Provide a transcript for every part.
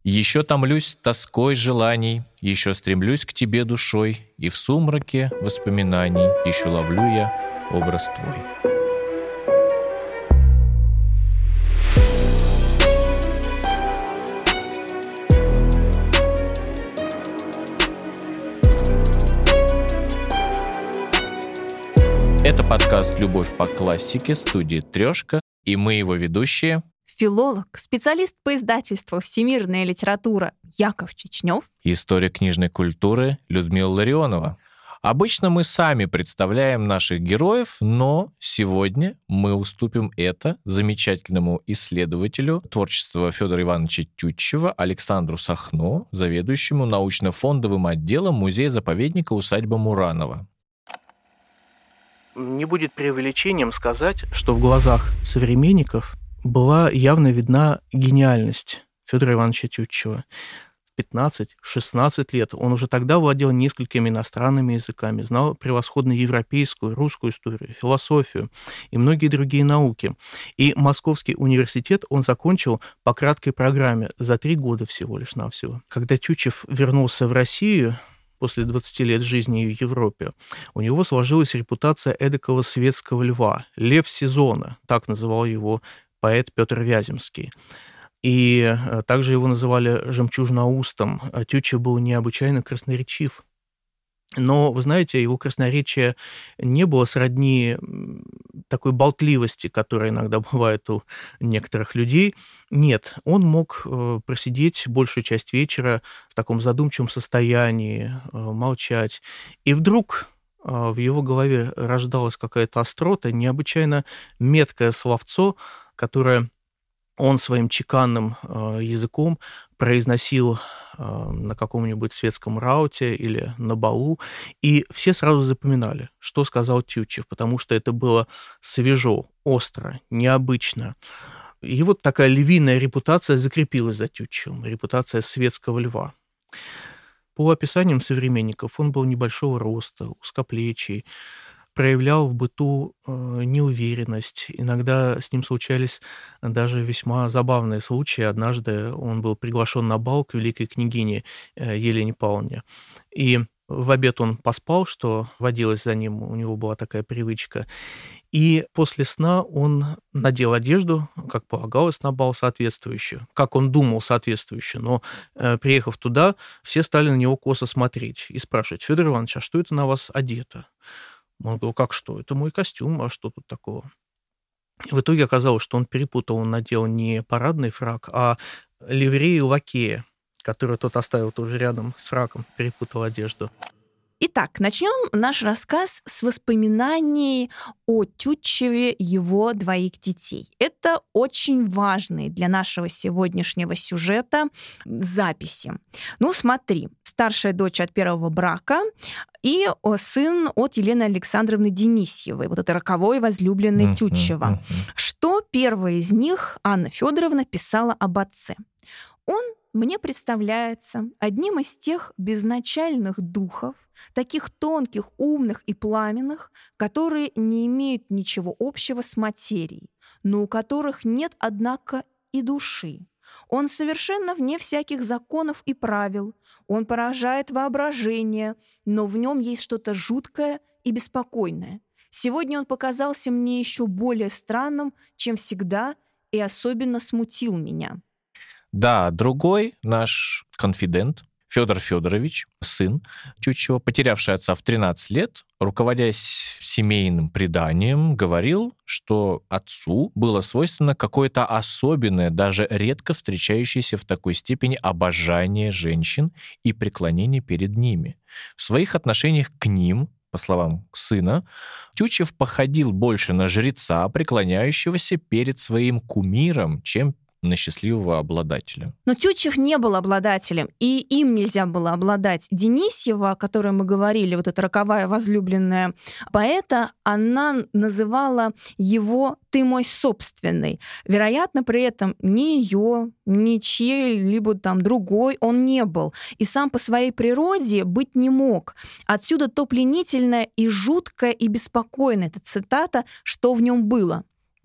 Еще томлюсь тоской желаний, еще стремлюсь к тебе душой, и в сумраке воспоминаний еще ловлю я образ твой. Это подкаст «Любовь по классике» студии «Трешка», и мы его ведущие. Филолог, специалист по издательству «Всемирная литература» Яков Чечнев. Историк книжной культуры Людмила Ларионова. Обычно мы сами представляем наших героев, но сегодня мы уступим это замечательному исследователю творчества Федора Ивановича Тютчева Александру Сахно, заведующему научно-фондовым отделом музея-заповедника усадьба Муранова. Не будет преувеличением сказать, что в глазах современников была явно видна гениальность Федора Ивановича Тютчева. В 15-16 лет он уже тогда владел несколькими иностранными языками, знал превосходно европейскую, русскую историю, философию и многие другие науки. И Московский университет он закончил по краткой программе за 3 года всего лишь навсего. Когда Тютчев вернулся в Россию после 20 лет жизни в Европе, у него сложилась репутация эдакого светского льва, лев сезона, так называл его поэт Петр Вяземский. И также его называли жемчужноустом. Тютчев был необычайно красноречив. Но, вы знаете, его красноречие не было сродни такой болтливости, которая иногда бывает у некоторых людей. Нет, он мог просидеть большую часть вечера в таком задумчивом состоянии, молчать. И вдруг в его голове рождалась какая-то острота, необычайно меткое словцо, которое он своим чеканным языком произносил на каком-нибудь светском рауте или на балу, и все сразу запоминали, что сказал Тютчев, потому что это было свежо, остро, необычно. И вот такая львиная репутация закрепилась за Тютчевым, репутация светского льва. По описаниям современников, он был небольшого роста, узкоплечий, проявлял в быту неуверенность. Иногда с ним случались даже весьма забавные случаи. Однажды он был приглашен на бал к великой княгине Елене Павловне. И в обед он поспал, что водилось за ним, у него была такая привычка. И после сна он надел одежду, как полагалось, на бал соответствующую, как он думал, соответствующую. Но, приехав туда, все стали на него косо смотреть и спрашивать: «Федор Иванович, а что это на вас одето?» Он говорил: «Как что? Это мой костюм, а что тут такого?» В итоге оказалось, что он перепутал, он надел не парадный фрак, а ливрею лакея, которую тот оставил тоже рядом с фраком, перепутал одежду. Итак, начнем наш рассказ с воспоминаний о Тютчеве его 2 детей. Это очень важные для нашего сегодняшнего сюжета записи. Ну, смотри, старшая дочь от первого брака и сын от Елены Александровны Денисьевой, вот этой роковой возлюбленной Тютчева. Что первая из них, Анна Федоровна, писала об отце? Он мне представляется одним из тех безначальных духов, таких тонких, умных и пламенных, которые не имеют ничего общего с материей, но у которых нет, однако, и души. Он совершенно вне всяких законов и правил, он поражает воображение, но в нем есть что-то жуткое и беспокойное. Сегодня он показался мне еще более странным, чем всегда, и особенно смутил меня». Да, другой наш конфидент Федор Федорович, сын Тютчева, потерявший отца в 13 лет, руководясь семейным преданием, говорил, что отцу было свойственно какое-то особенное, даже редко встречающееся в такой степени обожание женщин и преклонение перед ними. В своих отношениях к ним, по словам сына, Тютчев походил больше на жреца, преклоняющегося перед своим кумиром, чем на счастливого обладателя. Но Тютчев не был обладателем, и им нельзя было обладать. Денисьева, о которой мы говорили, вот эта роковая возлюбленная поэта, она называла его «ты мой собственный». Вероятно, при этом ни ее, ни чьей-либо там другой он не был. И сам по своей природе быть не мог. Отсюда то пленительное и жуткое и беспокойное, это цитата, что в нем было.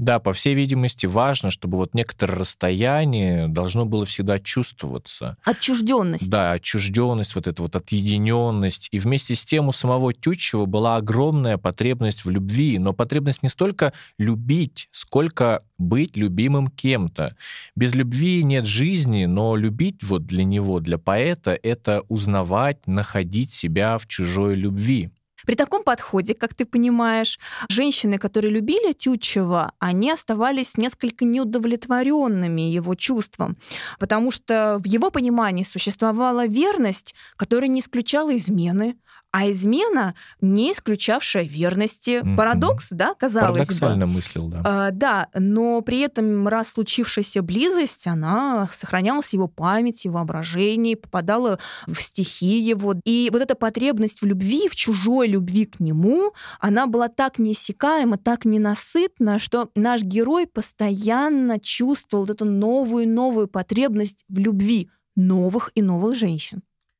Да, по всей видимости, важно, чтобы вот некоторое расстояние должно было всегда чувствоваться. Отчужденность. Да, отчужденность, вот эта вот отъединенность. И вместе с тем у самого Тютчева была огромная потребность в любви, но потребность не столько любить, сколько быть любимым кем-то. Без любви нет жизни, но любить вот для него, для поэта, это узнавать, находить себя в чужой любви. При таком подходе, как ты понимаешь, женщины, которые любили Тютчева, они оставались несколько неудовлетворенными его чувством, потому что в его понимании существовала верность, которая не исключала измены, а измена, не исключавшая верности. Парадокс, да, казалось бы. Парадоксально мыслил, да. Да, но при этом раз случившаяся близость, она сохранялась в его памяти, воображении, попадала в стихи его. И вот эта потребность в любви, в чужой любви к нему, она была так неиссякаема, так ненасытна, что наш герой постоянно чувствовал вот эту новую и новую потребность в любви новых и новых женщин.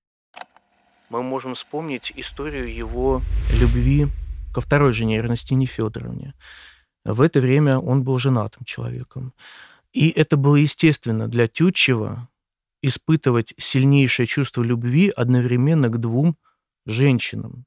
Мы можем вспомнить историю его любви ко второй жене Эрнестине Федоровне. В это время он был женатым человеком. И это было естественно для Тютчева испытывать сильнейшее чувство любви одновременно к двум женщинам.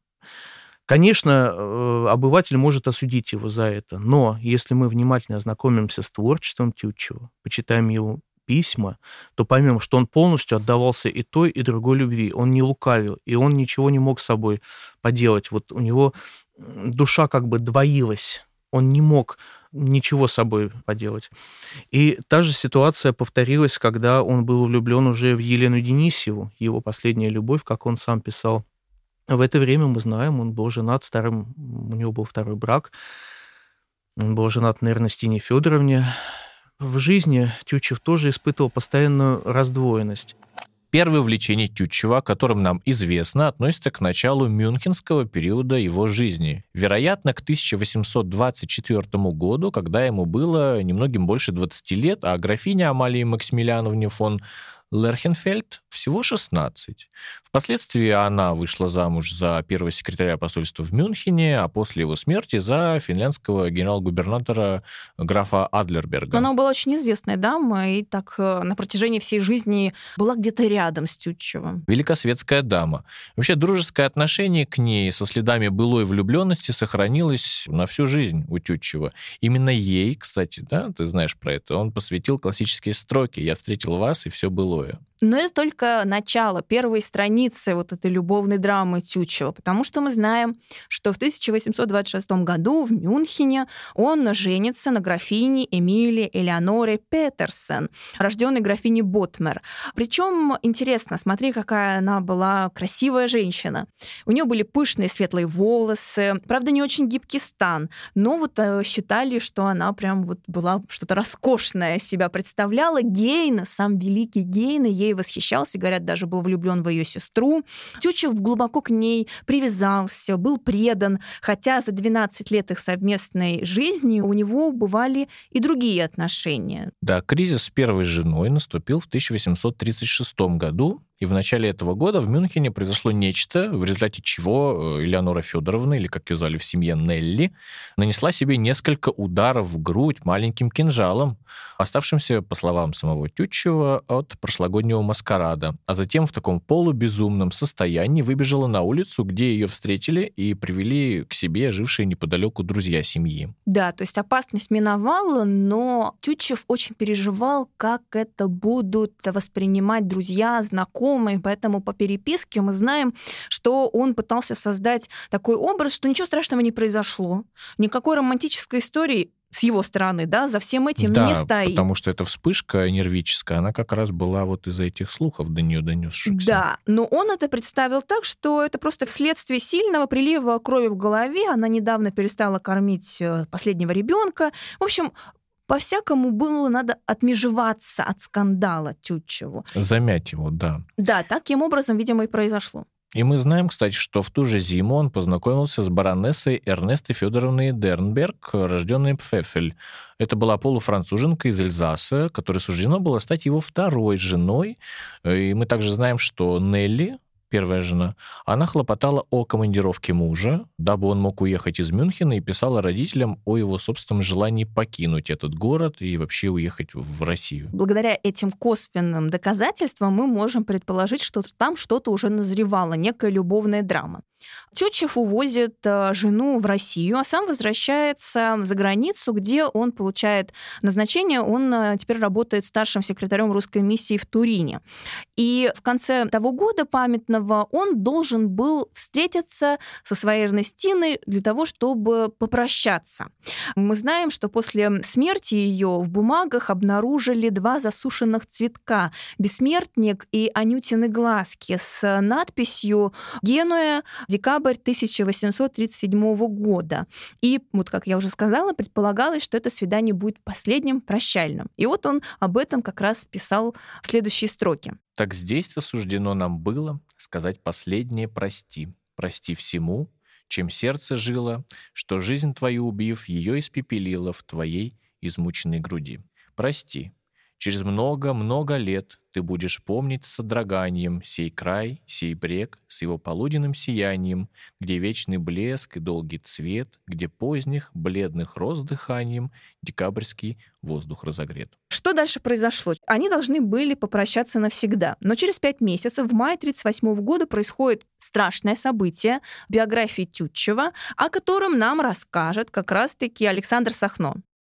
Конечно, обыватель может осудить его за это, но если мы внимательно ознакомимся с творчеством Тютчева, почитаем его письма, то поймем, что он полностью отдавался и той, и другой любви. Он не лукавил, и он ничего не мог с собой поделать. Вот у него душа как бы двоилась. Он не мог ничего с собой поделать. И та же ситуация повторилась, когда он был влюблен уже в Елену Денисьеву, его последняя любовь, как он сам писал. В это время, мы знаем, он был женат у него был второй брак. Он был женат на Эрнестине Федоровне. В жизни Тютчев тоже испытывал постоянную раздвоенность. Первое увлечение Тютчева, о котором нам известно, относится к началу мюнхенского периода его жизни. Вероятно, к 1824 году, когда ему было немногим больше 20 лет, а графине Амалии Максимилиановне фон Лерхенфельд всего 16. Впоследствии она вышла замуж за первого секретаря посольства в Мюнхене, а после его смерти за финляндского генерал-губернатора графа Адлерберга. Она была очень известная дама, и так на протяжении всей жизни была где-то рядом с Тютчевым. Великосветская дама. Вообще, дружеское отношение к ней со следами былой влюбленности сохранилось на всю жизнь у Тютчева. Именно ей, кстати, да, ты знаешь про это, он посвятил классические строки «Я встретил вас, и все былое». Но это только начало, первые страницы вот этой любовной драмы Тютчева, потому что мы знаем, что в 1826 году в Мюнхене он женится на графине Эмилии Элеоноре Петерсен, рожденной графиней Ботмер. Причем интересно, смотри, какая она была красивая женщина. У нее были пышные светлые волосы, правда, не очень гибкий стан, но вот считали, что она прям вот была что-то роскошное себя представляла. Гейне, сам великий Гейне, ей восхищался, говорят, даже был влюблен в ее сестру. Тютчев глубоко к ней привязался, был предан, хотя за 12 лет их совместной жизни у него бывали и другие отношения. Да, кризис с первой женой наступил в 1836 году, и в начале этого года в Мюнхене произошло нечто, в результате чего Элеонора Федоровна, или, как ее звали в семье, Нелли, нанесла себе несколько ударов в грудь маленьким кинжалом, оставшимся, по словам самого Тютчева, от прошлогоднего маскарада. А затем в таком полубезумном состоянии выбежала на улицу, где ее встретили и привели к себе жившие неподалеку друзья семьи. Да, то есть опасность миновала, но Тютчев очень переживал, как это будут воспринимать друзья, знакомые, поэтому по переписке мы знаем, что он пытался создать такой образ, что ничего страшного не произошло, никакой романтической истории с его стороны, да, за всем этим не стоит. Потому что эта вспышка нервическая, она как раз была вот из-за этих слухов до нее донесшихся. Да, но он это представил так, что это просто вследствие сильного прилива крови в голове. Она недавно перестала кормить последнего ребенка. В общем, по-всякому было надо отмежеваться от скандала Тютчеву. Замять его, да. Да, таким образом, видимо, и произошло. И мы знаем, кстати, что в ту же зиму он познакомился с баронессой Эрнестой Федоровной Дернберг, рожденной Пфеффель. Это была полуфранцуженка из Эльзаса, которой суждено было стать его второй женой. И мы также знаем, что Нелли, первая жена, она хлопотала о командировке мужа, дабы он мог уехать из Мюнхена, и писала родителям о его собственном желании покинуть этот город и вообще уехать в Россию. Благодаря этим косвенным доказательствам мы можем предположить, что там что-то уже назревало, некая любовная драма. Тютчев увозит жену в Россию, а сам возвращается за границу, где он получает назначение. Он теперь работает старшим секретарем русской миссии в Турине. И в конце того года памятного он должен был встретиться со своей Эрнестиной для того, чтобы попрощаться. Мы знаем, что после смерти ее в бумагах обнаружили 2 засушенных цветка — бессмертник и Анютины глазки с надписью «Генуя, декабрь 1837 года». И, вот как я уже сказала, предполагалось, что это свидание будет последним, прощальным. И вот он об этом как раз писал в следующие строки. «Так здесь-то суждено нам было сказать последнее «прости». Прости всему, чем сердце жило, что жизнь твою убив, ее испепелило в твоей измученной груди. Прости. Через много-много лет ты будешь помнить с содроганием сей край, сей брег с его полуденным сиянием, где вечный блеск и долгий цвет, где поздних бледных роз дыханием декабрьский воздух разогрет». Что дальше произошло? Они должны были попрощаться навсегда. Но через 5 месяцев, в мае 1938 года, происходит страшное событие в биографии Тютчева, о котором нам расскажет как раз-таки Александр Сахно.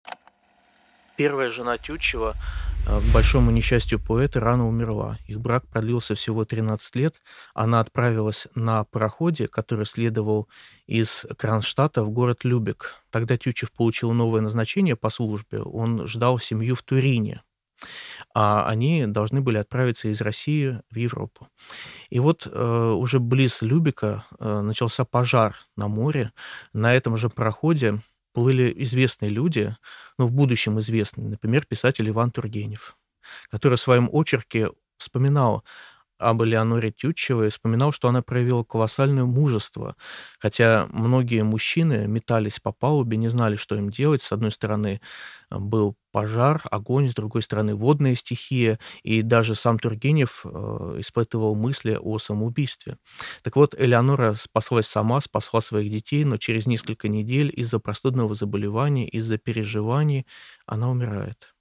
Первая жена Тютчева, к большому несчастью поэта, рано умерла. Их брак продлился всего 13 лет. Она отправилась на пароходе, который следовал из Кронштадта в город Любек. Тогда Тютчев получил новое назначение по службе. Он ждал семью в Турине, а они должны были отправиться из России в Европу. И вот уже близ Любека начался пожар на море. На этом же пароходе плыли известные люди, в будущем известные, например, писатель Иван Тургенев, который в своем очерке вспоминал об Элеоноре Тютчевой, вспоминал, что она проявила колоссальное мужество, хотя многие мужчины метались по палубе, не знали, что им делать. С одной стороны был пожар, огонь, с другой стороны водная стихия, и даже сам Тургенев испытывал мысли о самоубийстве. Так вот, Элеонора спаслась сама, спасла своих детей, но через несколько недель из-за простудного заболевания, из-за переживаний она умирает.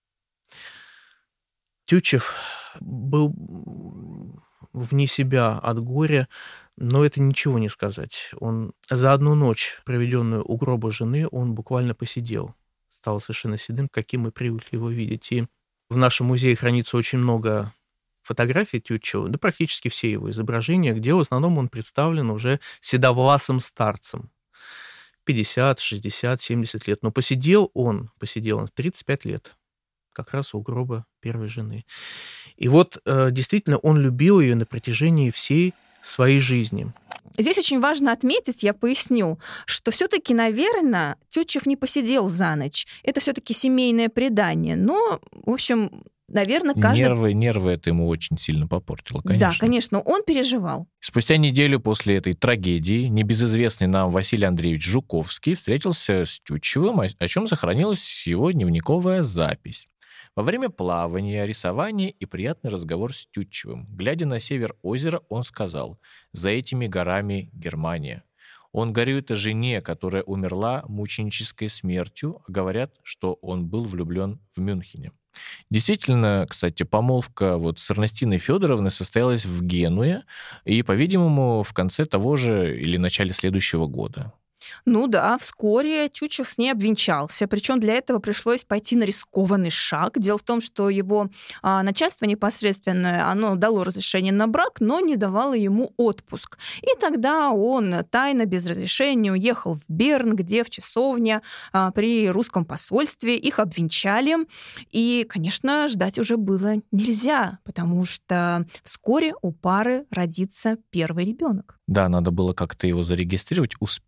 Тютчев был вне себя от горя, но это ничего не сказать. Он за одну ночь, проведенную у гроба жены, он буквально посидел, стал совершенно седым, каким мы привыкли его видеть. И в нашем музее хранится очень много фотографий Тютчева, да практически все его изображения, где в основном он представлен уже седовласым старцем. 50, 60, 70 лет. Но посидел он в 35 лет. Как раз у гроба первой жены. И вот действительно он любил ее на протяжении всей своей жизни. Здесь очень важно отметить, я поясню, что все-таки, наверное, Тютчев не посидел за ночь. Это все-таки семейное предание. Но, в общем, наверное, каждый... Нервы это ему очень сильно попортило, конечно. Да, конечно, он переживал. Спустя неделю после этой трагедии небезызвестный нам Василий Андреевич Жуковский встретился с Тютчевым, о чем сохранилась его дневниковая запись. Во время плавания, рисования и приятный разговор с Тютчевым. Глядя на север озера, он сказал: «За этими горами Германия». Он горюет о жене, которая умерла мученической смертью, а говорят, что он был влюблен в Мюнхене. Действительно, кстати, помолвка с Эрнестиной Федоровной состоялась в Генуе и, по-видимому, в конце того же или начале следующего года. Ну да, вскоре Тютчев с ней обвенчался, причем для этого пришлось пойти на рискованный шаг. Дело в том, что его начальство непосредственное, оно дало разрешение на брак, но не давало ему отпуск. И тогда он тайно, без разрешения, уехал в Берн, где в часовне при русском посольстве их обвенчали. И, конечно, ждать уже было нельзя, потому что вскоре у пары родится первый ребенок. Да, надо было как-то его зарегистрировать, успеть до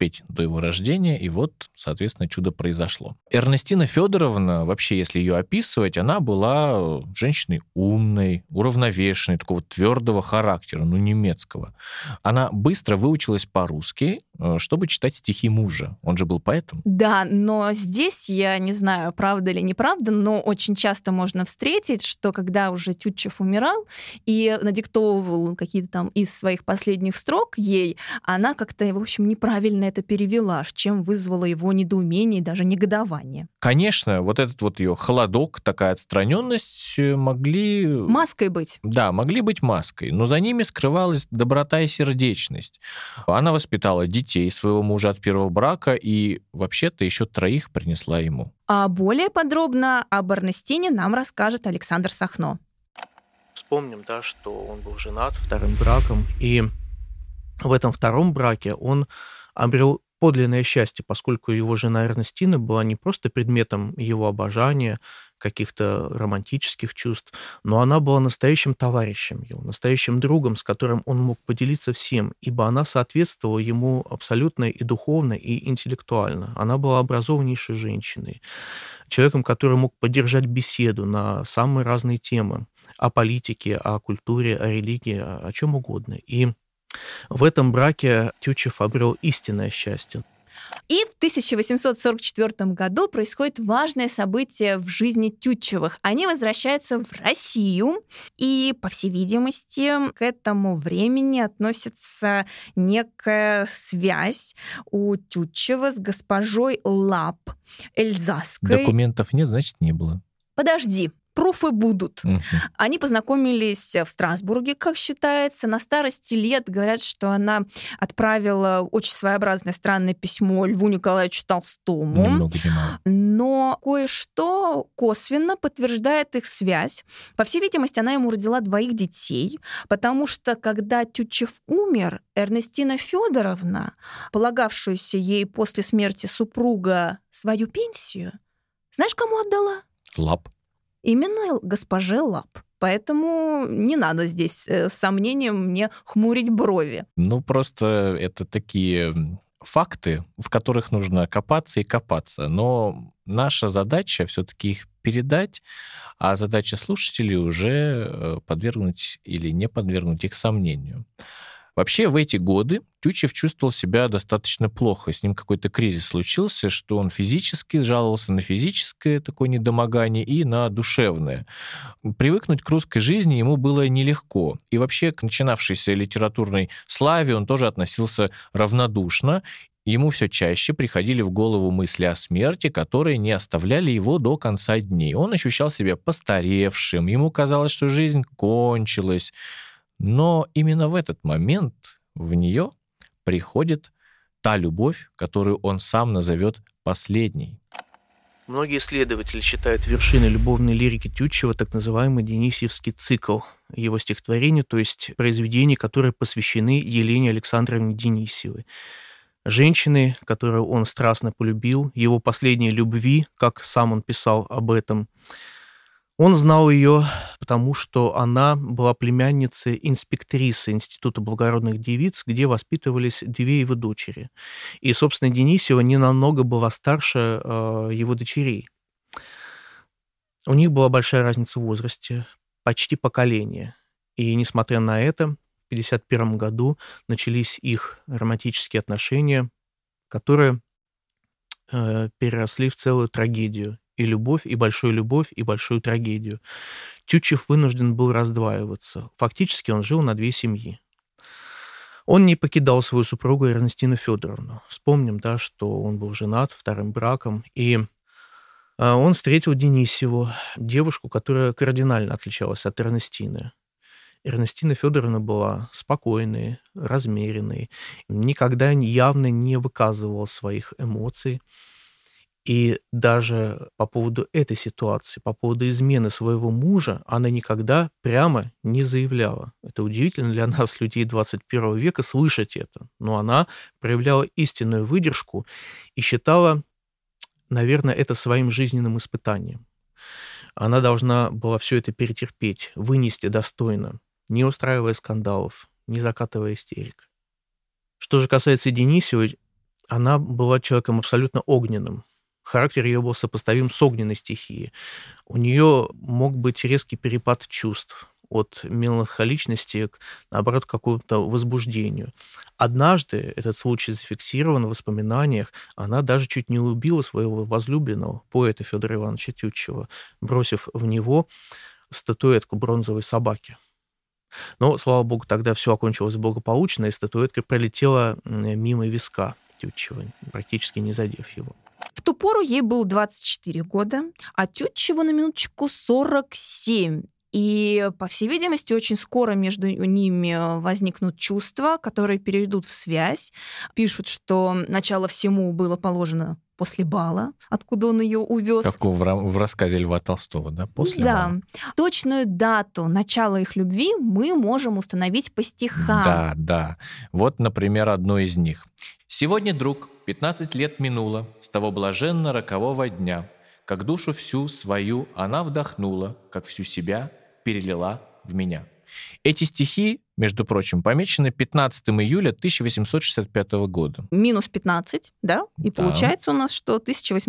до его рождения, и вот, соответственно, чудо произошло. Эрнестина Федоровна, вообще, если ее описывать, она была женщиной умной, уравновешенной, такого твердого характера, немецкого. Она быстро выучилась по-русски, чтобы читать стихи мужа. Он же был поэтом. Да, но здесь, я не знаю, правда или неправда, но очень часто можно встретить, что когда уже Тютчев умирал и надиктовывал какие-то там из своих последних строк ей, она как-то, в общем, неправильно это перевела, чем вызвало его недоумение и даже негодование. Конечно, вот этот вот ее холодок, такая отстраненность могли... Маской быть. Да, могли быть маской, но за ними скрывалась доброта и сердечность. Она воспитала детей своего мужа от первого брака и вообще-то еще 3 принесла ему. А более подробно об Эрнестине нам расскажет Александр Сахно. Вспомним, да, что он был женат 2-м браком, и в этом 2-м браке он обрел подлинное счастье, поскольку его жена Эрнестина была не просто предметом его обожания, каких-то романтических чувств, но она была настоящим товарищем его, настоящим другом, с которым он мог поделиться всем, ибо она соответствовала ему абсолютно и духовно, и интеллектуально. Она была образованнейшей женщиной, человеком, который мог поддержать беседу на самые разные темы о политике, о культуре, о религии, о чем угодно. И в этом браке Тютчев обрел истинное счастье. И в 1844 году происходит важное событие в жизни Тютчевых. Они возвращаются в Россию, и, по всей видимости, к этому времени относится некая связь у Тютчева с госпожой Лап, эльзасской. Документов нет, значит, не было. Подожди. Пруфы будут. Угу. Они познакомились в Страсбурге, как считается. На старости лет говорят, что она отправила очень своеобразное странное письмо Льву Николаевичу Толстому. Ни много ни мало. Но кое-что косвенно подтверждает их связь. По всей видимости, она ему родила 2 детей, потому что, когда Тютчев умер, Эрнестина Федоровна, полагавшуюся ей после смерти супруга свою пенсию, знаешь, кому отдала? Лап. Именно госпоже Лап. Поэтому не надо здесь с сомнением мне хмурить брови. Просто это такие факты, в которых нужно копаться и копаться. Но наша задача все-таки их передать, а задача слушателей уже подвергнуть или не подвергнуть их сомнению. Вообще, в эти годы Тютчев чувствовал себя достаточно плохо. С ним какой-то кризис случился, что он физически жаловался на физическое такое недомогание и на душевное. Привыкнуть к русской жизни ему было нелегко. И вообще к начинавшейся литературной славе он тоже относился равнодушно. Ему все чаще приходили в голову мысли о смерти, которые не оставляли его до конца дней. Он ощущал себя постаревшим, ему казалось, что жизнь кончилась. Но именно в этот момент в нее приходит та любовь, которую он сам назовет последней. Многие исследователи считают вершиной любовной лирики Тютчева так называемый Денисьевский цикл его стихотворений, то есть произведений, которые посвящены Елене Александровне Денисьевой. Женщины, которую он страстно полюбил, его последней любви, как сам он писал об этом. Он знал ее, потому что она была племянницей инспектрисы Института благородных девиц, где воспитывались 2 его дочери. И, собственно, Денисьева не намного была старше его дочерей. У них была большая разница в возрасте, почти поколение. И, несмотря на это, в 1951 году начались их романтические отношения, которые переросли в целую трагедию. И любовь, и большую трагедию. Тютчев вынужден был раздваиваться. Фактически он жил на 2 семьи. Он не покидал свою супругу Эрнестину Федоровну. Вспомним, да, что он был женат 2-м браком, и он встретил Денисьеву, девушку, которая кардинально отличалась от Эрнестины. Эрнестина Федоровна была спокойной, размеренной, никогда явно не выказывала своих эмоций. И даже по поводу этой ситуации, по поводу измены своего мужа, она никогда прямо не заявляла. Это удивительно для нас, людей 21 века, слышать это. Но она проявляла истинную выдержку и считала, наверное, это своим жизненным испытанием. Она должна была все это перетерпеть, вынести достойно, не устраивая скандалов, не закатывая истерик. Что же касается Денисьевой, она была человеком абсолютно огненным. Характер ее был сопоставим с огненной стихией. У нее мог быть резкий перепад чувств от меланхоличности к, наоборот, какому-то возбуждению. Однажды этот случай зафиксирован в воспоминаниях. Она даже чуть не убила своего возлюбленного, поэта Федора Ивановича Тютчева, бросив в него статуэтку бронзовой собаки. Но, слава богу, тогда все окончилось благополучно, и статуэтка пролетела мимо виска Тютчева, практически не задев его. В ту пору ей было 24 года, а Тютчеву, на минуточку, 47. И, по всей видимости, очень скоро между ними возникнут чувства, которые перейдут в связь. Пишут, что начало всему было положено после бала, откуда он ее увез. Как в рассказе Льва Толстого, да? После бала. Точную дату начала их любви мы можем установить по стихам. Да. Вот, например, одно из них. «Сегодня, друг, 15 лет минуло с того блаженно-рокового дня, как душу всю свою она вдохнула, как всю себя перелила в меня». Эти стихи, между прочим, помечены 15 июля 1865 года. Минус 15, да? И Да. получается у нас, что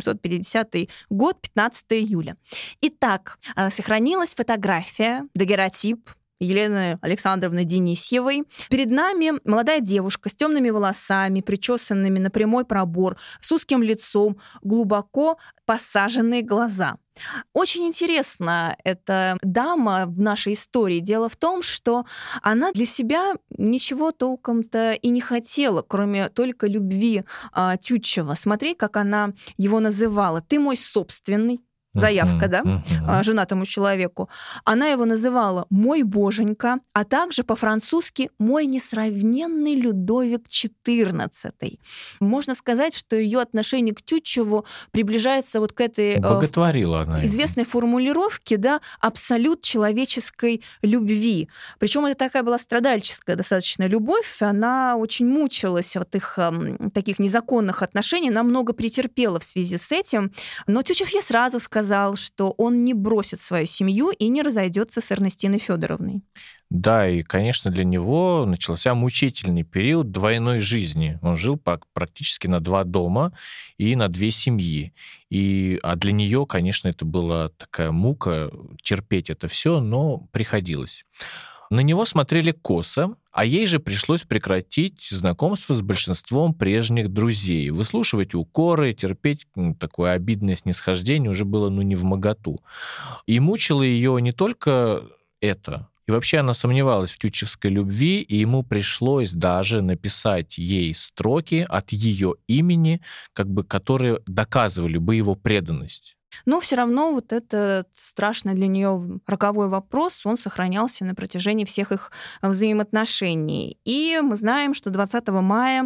1850 год, 15 июля. Итак, сохранилась фотография, дагеротип Елены Александровны Денисьевой. Перед нами молодая девушка с темными волосами, причесанными на прямой пробор, с узким лицом, глубоко посаженные глаза. Очень интересно эта дама в нашей истории. Дело в том, что она для себя ничего толком-то и не хотела, кроме только любви Тютчева. Смотри, как она его называла. «Ты мой собственный». Заявка, да, женатому человеку. Она его называла «мой боженька», а также по-французски «мой несравненный Людовик XIV». Можно сказать, что ее отношение к Тютчеву приближается вот к этой боготворила она известной формулировке, да, абсолют человеческой любви. Причем это такая была страдальческая достаточно любовь. Она очень мучилась от их таких незаконных отношений, она много претерпела в связи с этим. Но Тютчев ей сразу сказал, что он не бросит свою семью и не разойдется с Эрнестиной Федоровной. Да, и, конечно, для него начался мучительный период двойной жизни. Он жил практически на 2 дома и на 2 семьи. А для нее, конечно, это была такая мука терпеть это все, но приходилось. На него смотрели косо, а ей же пришлось прекратить знакомство с большинством прежних друзей. Выслушивать укоры, терпеть такое обидное снисхождение уже было невмоготу. И мучило ее не только это. И вообще она сомневалась в тютчевской любви, и ему пришлось даже написать ей строки от ее имени, которые доказывали бы его преданность. Но все равно вот этот страшный для нее роковой вопрос, он сохранялся на протяжении всех их взаимоотношений. И мы знаем, что 20 мая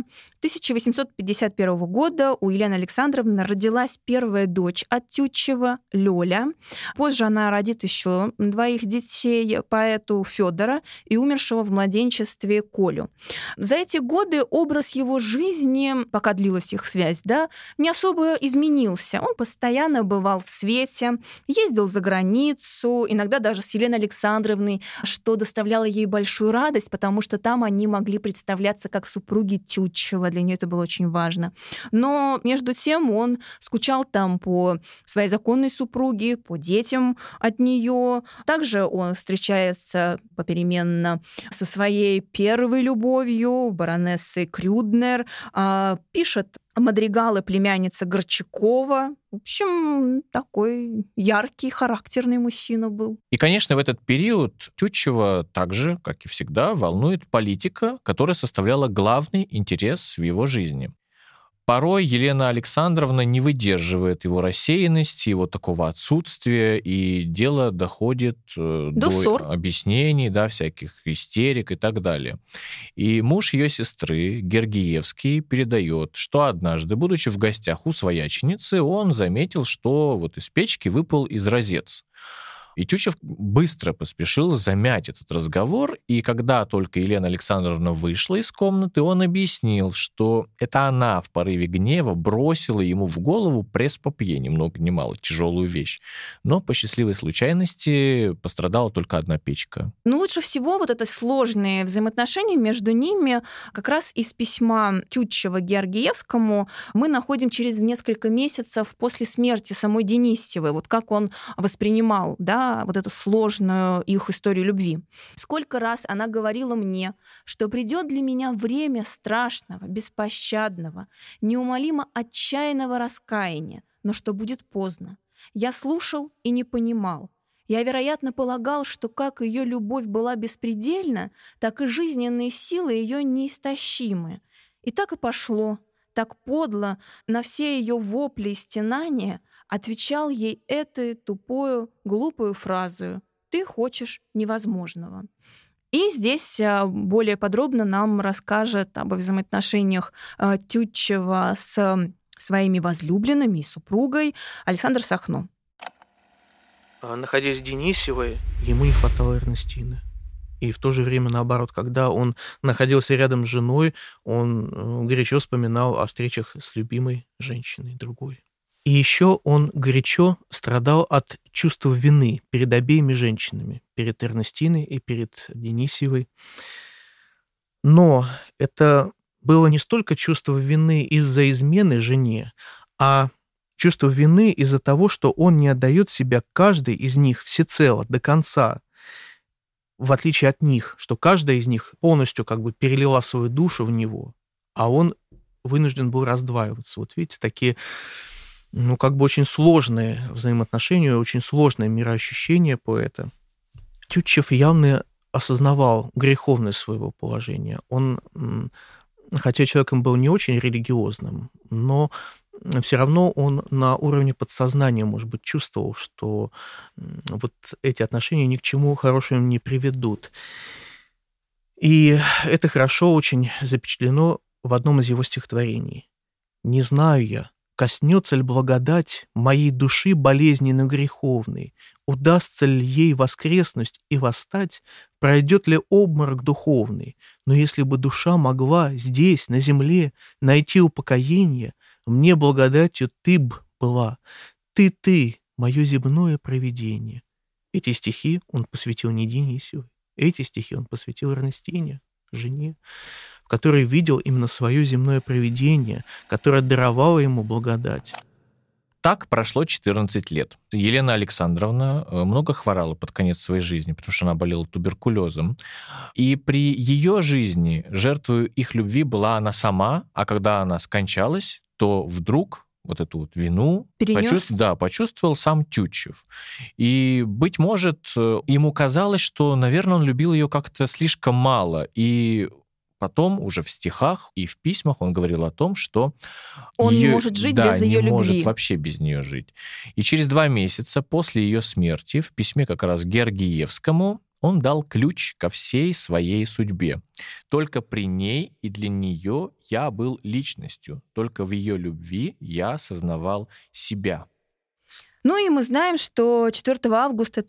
1851 года у Елены Александровны родилась первая дочь от Тютчева, Лёля. Позже она родит еще 2 детей, поэту Федора и умершего в младенчестве Колю. За эти годы образ его жизни, пока длилась их связь, да, не особо изменился. Он постоянно бывал в свете, ездил за границу, иногда даже с Еленой Александровной, что доставляло ей большую радость, потому что там они могли представляться как супруги Тютчева. Для нее это было очень важно. Но между тем он скучал там по своей законной супруге, по детям от нее. Также он встречается попеременно со своей первой любовью, баронессой Крюднер, пишет мадригалы племянница Горчакова. В общем, такой яркий, характерный мужчина был. И, конечно, в этот период Тютчева так же, как и всегда, волнует политика, которая составляла главный интерес в его жизни. Порой Елена Александровна не выдерживает его рассеянности, его такого отсутствия, и дело доходит до ссор, объяснений, да, всяких истерик и так далее. И муж ее сестры, Гергиевский, передает, что однажды, будучи в гостях у свояченицы, он заметил, что вот из печки выпал изразец. И Тютчев быстро поспешил замять этот разговор, и когда только Елена Александровна вышла из комнаты, он объяснил, что это она в порыве гнева бросила ему в голову пресс-папье, ни много ни мало, тяжелую вещь. Но по счастливой случайности пострадала только одна печка. Но лучше всего вот это сложные взаимоотношения между ними как раз из письма Тютчева Георгиевскому мы находим через несколько месяцев после смерти самой Денисьевой. Вот как он воспринимал, да, вот эту сложную их историю любви. «Сколько раз она говорила мне, что придет для меня время страшного, беспощадного, неумолимо отчаянного раскаяния, но что будет поздно. Я слушал и не понимал. Я, вероятно, полагал, что как ее любовь была беспредельна, так и жизненные силы ее неистощимы. И так и пошло, так подло, на все ее вопли и стенания отвечал ей этой тупою, глупую фразою: «Ты хочешь невозможного». И здесь более подробно нам расскажет об взаимоотношениях Тютчева с своими возлюбленными и супругой Александр Сахно. Находясь с Денисьевой, ему не хватало Эрнестины. И в то же время, наоборот, когда он находился рядом с женой, он горячо вспоминал о встречах с любимой женщиной, другой. И еще он горячо страдал от чувства вины перед обеими женщинами, перед Эрнестиной и перед Денисьевой. Но это было не столько чувство вины из-за измены жене, а чувство вины из-за того, что он не отдает себя каждой из них всецело, до конца, в отличие от них, что каждая из них полностью как бы перелила свою душу в него, а он вынужден был раздваиваться. Вот видите, такие, как бы очень сложные взаимоотношения, очень сложное мироощущение поэта. Тютчев явно осознавал греховность своего положения. Он, хотя человеком был не очень религиозным, но все равно он на уровне подсознания, может быть, чувствовал, что вот эти отношения ни к чему хорошему не приведут. И это хорошо очень запечатлено в одном из его стихотворений. «Не знаю я, коснется ли благодать моей души болезненно греховной, удастся ли ей воскреснуть и восстать, пройдет ли обморок духовный, но если бы душа могла здесь, на земле, найти упокоение, мне благодатью ты б была, ты, мое земное провидение». Эти стихи он посвятил не Денисьевой, эти стихи он посвятил Эрнестине, жене, в которой видел именно свое земное провидение, которое даровало ему благодать. Так прошло 14 лет. Елена Александровна много хворала под конец своей жизни, потому что она болела туберкулезом. И при ее жизни жертвой их любви была она сама, а когда она скончалась, то вдруг вот эту вот вину почувствовал сам Тютчев. И, быть может, ему казалось, что, наверное, он любил ее как-то слишком мало. И потом уже в стихах и в письмах он говорил о том, что он не может жить без ее любви. Не может вообще без нее жить. И через 2 месяца после ее смерти в письме как раз Георгиевскому он дал ключ ко всей своей судьбе. Только при ней и для нее я был личностью. Только в ее любви я осознавал себя. Ну и мы знаем, что 4 августа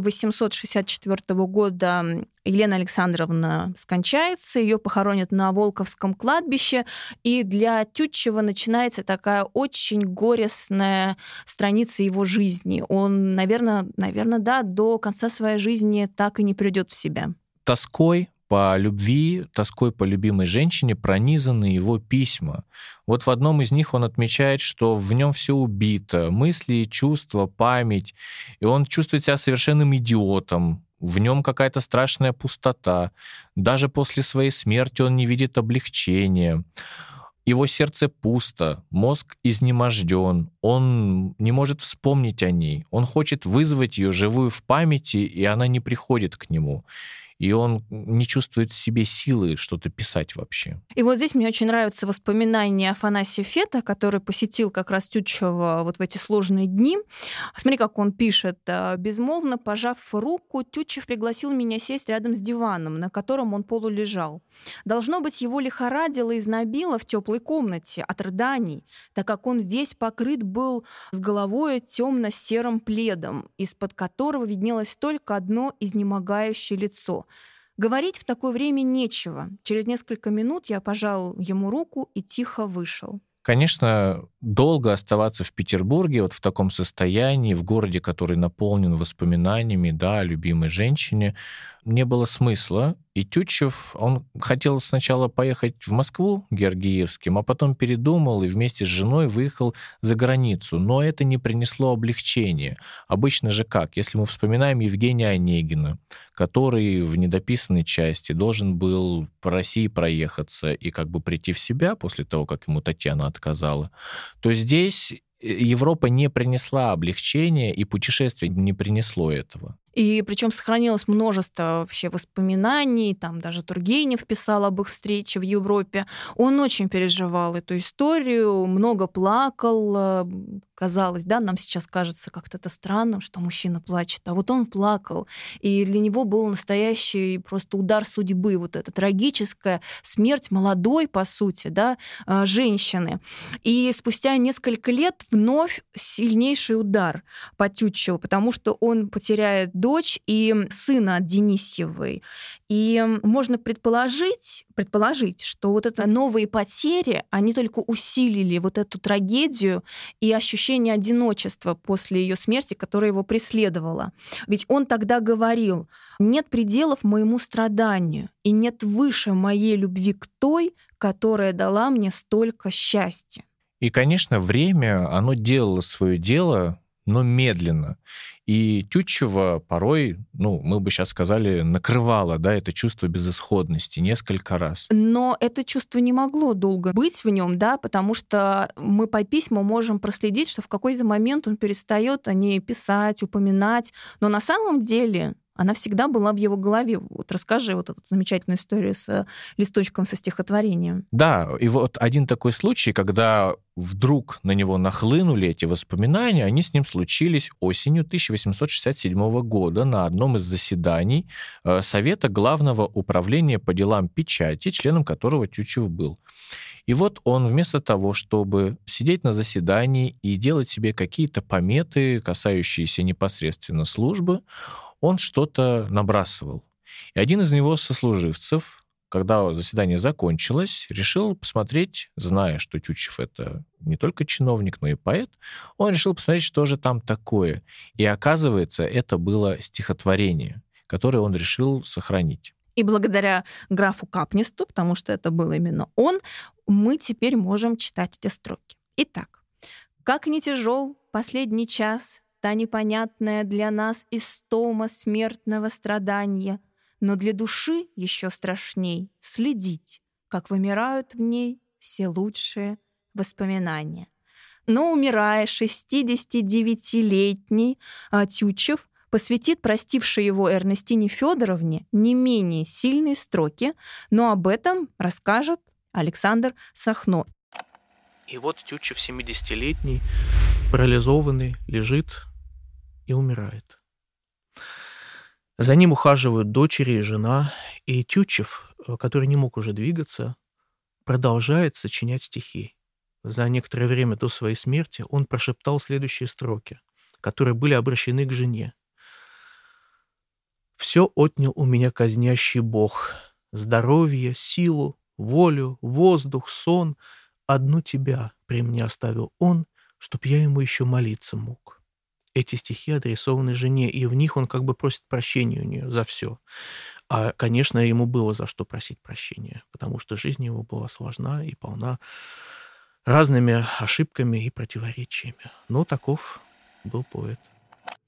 1864 года Елена Александровна скончается, ее похоронят на Волковском кладбище, и для Тютчева начинается такая очень горестная страница его жизни. Он, наверное, до конца своей жизни так и не придет в себя. Тоской по любви, тоской по любимой женщине пронизаны его письма. Вот в одном из них он отмечает, что в нем все убито, мысли, чувства, память, и он чувствует себя совершенным идиотом, в нем какая-то страшная пустота. Даже после своей смерти он не видит облегчения. Его сердце пусто, мозг изнеможден, он не может вспомнить о ней, он хочет вызвать ее живую в памяти, и она не приходит к нему. и он не чувствует в себе силы что-то писать вообще. И вот здесь мне очень нравится воспоминание Афанасия Фета, который посетил как раз Тютчева вот в эти сложные дни. Смотри, как он пишет. «Безмолвно пожав руку, Тютчев пригласил меня сесть рядом с диваном, на котором он полулежал. Должно быть, его лихорадило и знобило в теплой комнате от рыданий, так как он весь покрыт был с головой темно-серым пледом, из-под которого виднелось только одно изнемогающее лицо. Говорить в такое время нечего. Через несколько минут я пожал ему руку и тихо вышел». Конечно, долго оставаться в Петербурге вот в таком состоянии, в городе, который наполнен воспоминаниями, да, о любимой женщине, не было смысла. И Тютчев, он хотел сначала поехать в Москву Георгиевским, а потом передумал и вместе с женой выехал за границу. Но это не принесло облегчения. Обычно же как? Если мы вспоминаем Евгения Онегина, который в недописанной части должен был по России проехаться и как бы прийти в себя после того, как ему Татьяна отказала, то здесь Европа не принесла облегчения, и путешествие не принесло этого. И причем сохранилось множество вообще воспоминаний, там даже Тургенев писал об их встрече в Европе. Он очень переживал эту историю, много плакал. Казалось, да, нам сейчас кажется как-то это странным, что мужчина плачет, а вот он плакал. И для него был настоящий просто удар судьбы, вот эта трагическая смерть молодой, по сути, да, женщины. И спустя несколько лет вновь сильнейший удар по Тютчеву, потому что он потеряет дочь и сына от Денисьевой. И можно предположить, что вот это новые потери, они только усилили вот эту трагедию и ощущение одиночества после ее смерти, которое его преследовало. Ведь он тогда говорил: «Нет пределов моему страданию, и нет выше моей любви к той, которая дала мне столько счастья». И, конечно, время, оно делало свое дело, но медленно. И Тютчева порой, мы бы сейчас сказали, накрывало, да, это чувство безысходности несколько раз. Но это чувство не могло долго быть в нем, да, потому что мы по письмам можем проследить, что в какой-то момент он перестает о ней писать, упоминать. Но на самом деле она всегда была в его голове. Вот расскажи вот эту замечательную историю с листочком со стихотворением. Да, и вот один такой случай, когда вдруг на него нахлынули эти воспоминания, они с ним случились осенью 1867 года на одном из заседаний Совета Главного управления по делам печати, членом которого Тютчев был. И вот он вместо того, чтобы сидеть на заседании и делать себе какие-то пометы, касающиеся непосредственно службы, он что-то набрасывал. И один из его сослуживцев, когда заседание закончилось, решил посмотреть, зная, что Тютчев — это не только чиновник, но и поэт, он решил посмотреть, что же там такое. И оказывается, это было стихотворение, которое он решил сохранить. И благодаря графу Капнисту, потому что это был именно он, мы теперь можем читать эти строки. Итак. «Как не тяжел последний час, та непонятная для нас истома смертного страдания, но для души еще страшней следить, как вымирают в ней все лучшие воспоминания». Но, умирая, 69-летний Тютчев посвятит простившей его Эрнестине Федоровне не менее сильные строки, но об этом расскажет Александр Сахно. И вот Тютчев 70-летний, парализованный, лежит и умирает. За ним ухаживают дочери и жена, и Тютчев, который не мог уже двигаться, продолжает сочинять стихи. За некоторое время до своей смерти он прошептал следующие строки, которые были обращены к жене. «Все отнял у меня казнящий Бог, здоровье, силу, волю, воздух, сон. Одну тебя при мне оставил он, чтоб я ему еще молиться мог». Эти стихи адресованы жене, и в них он как бы просит прощения у нее за все. А, конечно, ему было за что просить прощения, потому что жизнь его была сложна и полна разными ошибками и противоречиями. Но таков был поэт.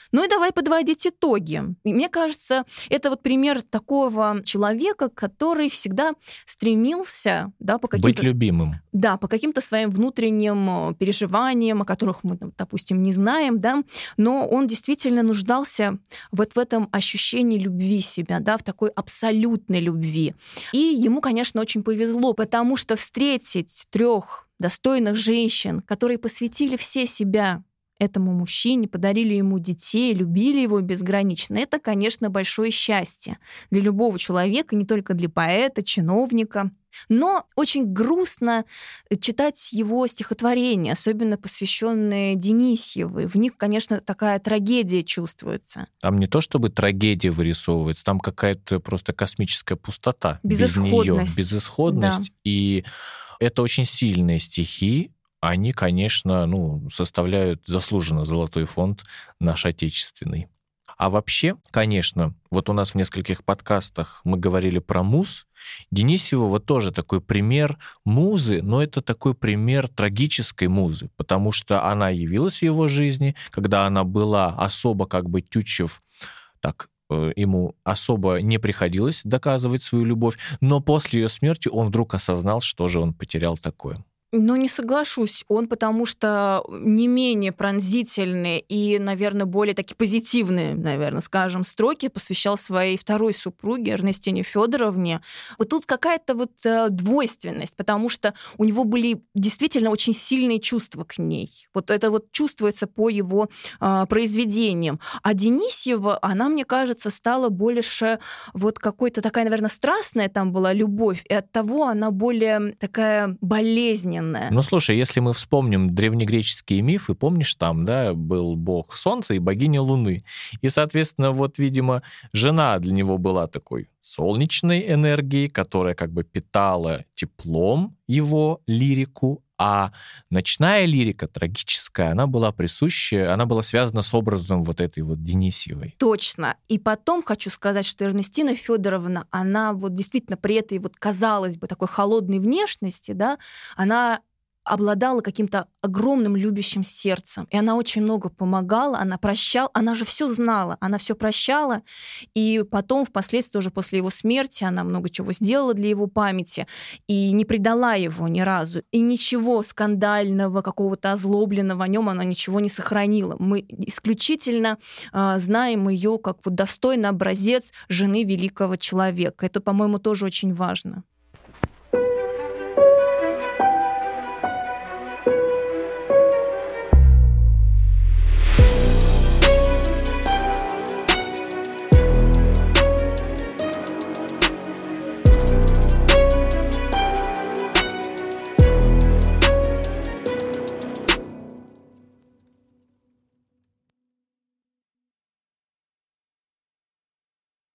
Ну и давай подводить итоги. И мне кажется, это вот пример такого человека, который всегда стремился, да, по каким-то... Быть любимым. Да, по каким-то своим внутренним переживаниям, о которых мы, допустим, не знаем, да, но он действительно нуждался вот в этом ощущении любви себя, да, в такой абсолютной любви. И ему, конечно, очень повезло, потому что встретить 3 достойных женщин, которые посвятили все себя этому мужчине, подарили ему детей, любили его безгранично, это, конечно, большое счастье для любого человека, не только для поэта, чиновника. Но очень грустно читать его стихотворения, особенно посвященные Денисьевой. В них, конечно, такая трагедия чувствуется. Там не то чтобы трагедия вырисовывается, там какая-то просто космическая пустота. Безысходность. Без неё, безысходность. Да. И это очень сильные стихи. Они, конечно, составляют заслуженно золотой фонд наш отечественный. А вообще, конечно, вот у нас в нескольких подкастах мы говорили про муз. Денисьева вот тоже такой пример музы, но это такой пример трагической музы, потому что она явилась в его жизни, когда она была особо Тютчев, так, ему особо не приходилось доказывать свою любовь, но после ее смерти он вдруг осознал, что же он потерял такое. Но не соглашусь. Он потому что не менее пронзительные и, наверное, более такие позитивные, наверное, скажем, строки посвящал своей второй супруге Эрнестине Федоровне. Вот тут какая-то вот двойственность, потому что у него были действительно очень сильные чувства к ней. Вот это вот чувствуется по его произведениям. А Денисьева, она, мне кажется, стала больше вот какой-то такая, наверное, страстная там была любовь, и оттого она более такая болезненная. Ну, слушай, если мы вспомним древнегреческие мифы, помнишь, там, да, был бог Солнца и богиня Луны. И, соответственно, вот, видимо, жена для него была такой солнечной энергией, которая питала теплом его лирику, а ночная лирика, трагическая, она была присуща, она была связана с образом вот этой вот Денисьевой. Точно. И потом хочу сказать, что Эрнестина Федоровна, она вот действительно при этой вот, казалось бы, такой холодной внешности, да, она обладала каким-то огромным любящим сердцем. И она очень много помогала, она прощала, она же все знала, она все прощала. И потом, впоследствии, уже после его смерти, она много чего сделала для его памяти и не предала его ни разу. И ничего скандального, какого-то озлобленного о нем она ничего не сохранила. Мы исключительно знаем ее как вот достойный образец жены великого человека. Это, по-моему, тоже очень важно.